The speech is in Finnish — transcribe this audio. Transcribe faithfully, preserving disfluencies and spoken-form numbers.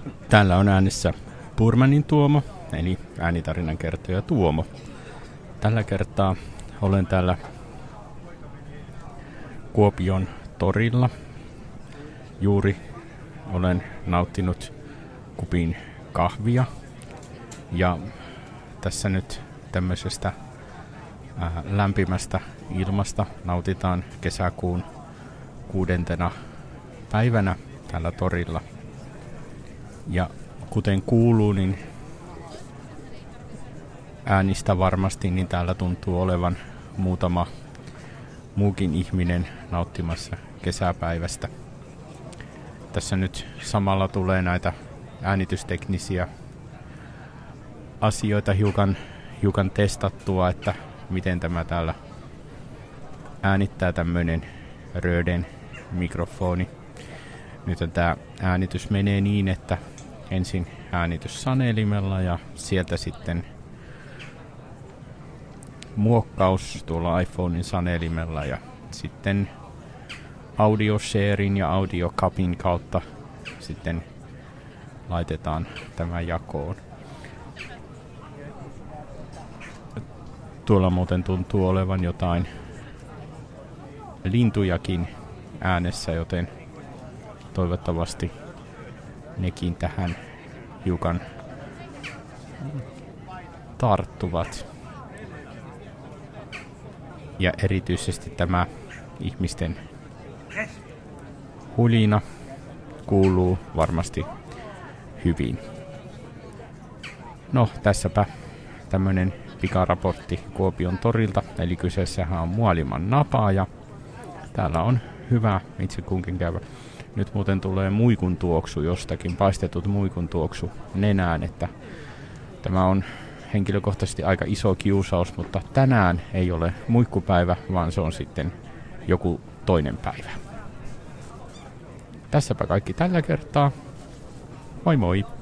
Täällä on äänessä Purmanin Tuomo, eli äänitarinan kertoja Tuomo. Tällä kertaa olen täällä Kuopion torilla. Juuri olen nauttinut kupin kahvia ja tässä nyt tämmöisestä äh, lämpimästä ilmasta nautitaan kesäkuun kuudentena päivänä täällä torilla. Ja kuten kuuluu, niin äänistä varmasti, niin täällä tuntuu olevan muutama muukin ihminen nauttimassa kesäpäivästä. Tässä nyt samalla tulee näitä äänitysteknisiä asioita hiukan, hiukan testattua, että miten tämä täällä äänittää tämmöinen Röden mikrofoni. Nyt tämä äänitys menee niin, että ensin äänitys sanelimella ja sieltä sitten muokkaus tuolla iPhonein sanelimella ja sitten audio sharing ja audio cupin kautta sitten laitetaan tämä jakoon. Tuolla muuten tuntuu olevan jotain lintujakin äänessä, joten toivottavasti nekin tähän hiukan tarttuvat. Ja erityisesti tämä ihmisten hulina kuuluu varmasti hyvin. No, tässäpä tämmönen pikaraportti Kuopion torilta, eli kyseessähän on Muoliman napa ja täällä on hyvä itse kunkin käydä. Nyt muuten tulee muikun tuoksu jostakin, paistetut muikun tuoksu nenään, että tämä on henkilökohtaisesti aika iso kiusaus, mutta tänään ei ole muikkupäivä, vaan se on sitten joku toinen päivä. Tässäpä kaikki tällä kertaa. Moi moi!